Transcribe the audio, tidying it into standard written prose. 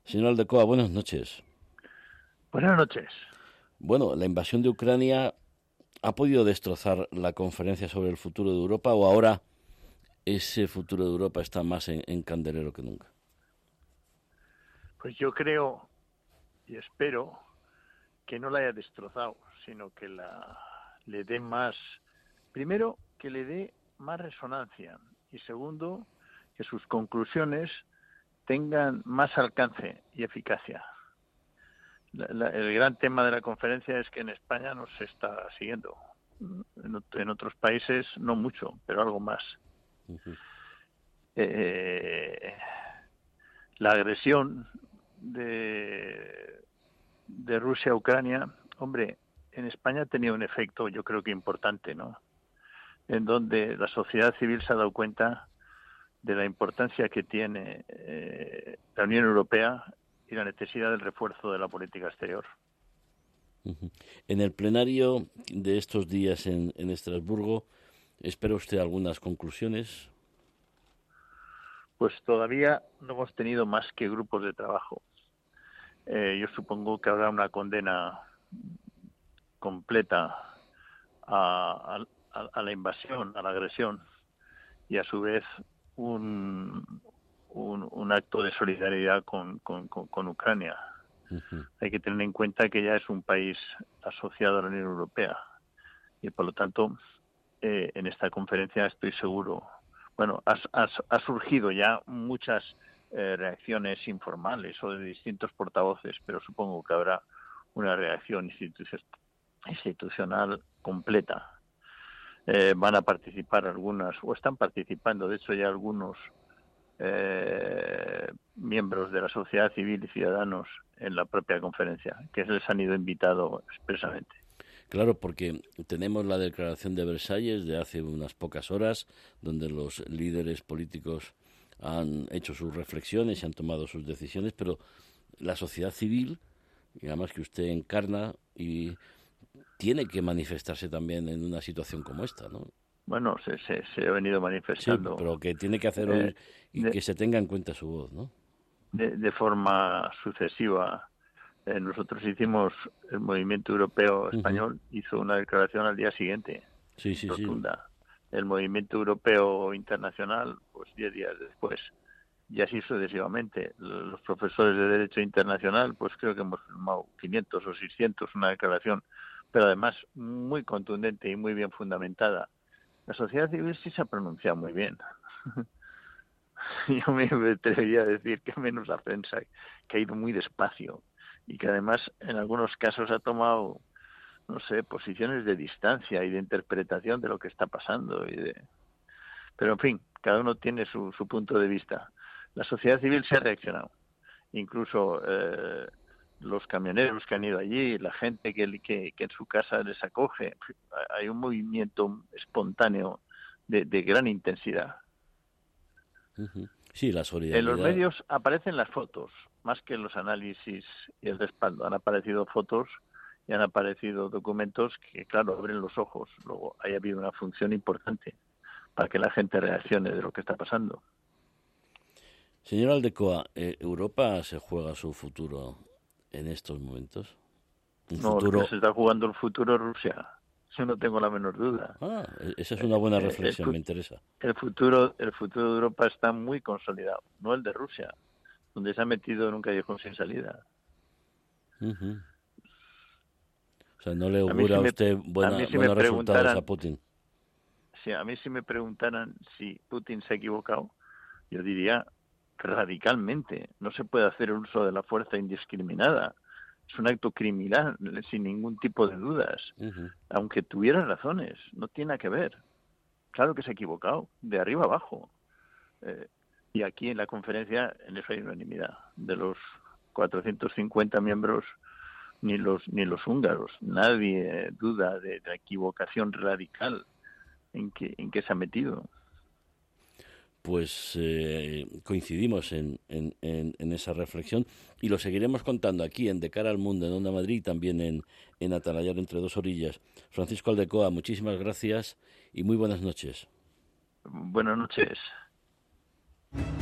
Señor Aldecoa, buenas noches. Buenas noches. Bueno, la invasión de Ucrania ha podido destrozar la conferencia sobre el futuro de Europa, o ahora ese futuro de Europa está más en candelero que nunca. Pues yo creo y espero que no la haya destrozado, sino que le dé más, primero, que le dé más resonancia y segundo, que sus conclusiones tengan más alcance y eficacia. El gran tema de la conferencia es que en España no se está siguiendo. En otros países no mucho, pero algo más. Uh-huh. La agresión de Rusia a Ucrania, hombre, en España ha tenido un efecto, yo creo que importante, ¿no? En donde la sociedad civil se ha dado cuenta de la importancia que tiene la Unión Europea y la necesidad del refuerzo de la política exterior. Uh-huh. En el plenario de estos días en Estrasburgo, ¿espera usted algunas conclusiones? Pues todavía no hemos tenido más que grupos de trabajo. Yo supongo que habrá una condena completa a la invasión, a la agresión, y a su vez un acto de solidaridad con Ucrania. Uh-huh. Hay que tener en cuenta que ya es un país asociado a la Unión Europea y por lo tanto en esta conferencia estoy seguro, bueno, ha surgido ya muchas reacciones informales o de distintos portavoces, pero supongo que habrá una reacción institucional completa. Van a participar algunas, o están participando, de hecho ya algunos miembros de la sociedad civil y ciudadanos en la propia conferencia, que les han ido invitado expresamente. Claro, porque tenemos la declaración de Versalles de hace unas pocas horas, donde los líderes políticos han hecho sus reflexiones y han tomado sus decisiones, pero la sociedad civil, y además que usted encarna, y tiene que manifestarse también en una situación como esta, ¿no? Bueno, se ha venido Sí, manifestando pero que tiene que hacer eh, oír y de, que se tenga en cuenta su voz, ¿no? de forma sucesiva. Nosotros hicimos, el movimiento europeo Uh-huh. español hizo una declaración al día siguiente, Sí, sí, sí. rotunda. El movimiento europeo internacional, pues 10 días después. Y así sucesivamente. Los profesores de Derecho Internacional, pues creo que hemos firmado 500 o 600 una declaración, pero además muy contundente y muy bien fundamentada. La sociedad civil sí se ha pronunciado muy bien. Yo me atrevería a decir que menos la prensa, que ha ido muy despacio y que además en algunos casos ha tomado, no sé, posiciones de distancia y de interpretación de lo que está pasando. Pero en fin, cada uno tiene su punto de vista. La sociedad civil se ha reaccionado. Incluso los camioneros que han ido allí, la gente que en su casa les acoge, hay un movimiento espontáneo de gran intensidad. Uh-huh. Sí, la En los solidaridad. medios aparecen las fotos, más que los análisis y el respaldo. Han aparecido fotos y han aparecido documentos que, claro, abren los ojos. Luego, haya habido una función importante para que la gente reaccione de lo que está pasando. Señor Aldecoa, ¿Europa se juega su futuro en estos momentos? Un No, el que futuro... se está jugando el futuro es Rusia. Yo no tengo la menor duda. Ah, esa es una buena Eh, el, reflexión, me interesa. el futuro de Europa está muy consolidado, no el de Rusia, donde se ha metido en un callejón sin salida. Uh-huh. O sea, ¿no le A mí augura si a me, usted a mí si me buenos resultados a preguntaran, Putin? si a mí si me preguntaran si Putin se ha equivocado, yo diría radicalmente. No se puede hacer uso de la fuerza indiscriminada. Es un acto criminal, sin ningún tipo de dudas. Uh-huh. Aunque tuviera razones, no tiene nada que ver. Claro que se ha equivocado, de arriba abajo. Eh, y aquí en la conferencia, en eso hay unanimidad. De los 450 miembros, ni los húngaros. Nadie duda de la equivocación radical en que se ha metido. Pues coincidimos en esa reflexión y lo seguiremos contando aquí en De Cara al Mundo, en Onda Madrid y también en Atalayar entre dos orillas. Francisco Aldecoa, muchísimas gracias y muy buenas noches. Buenas noches.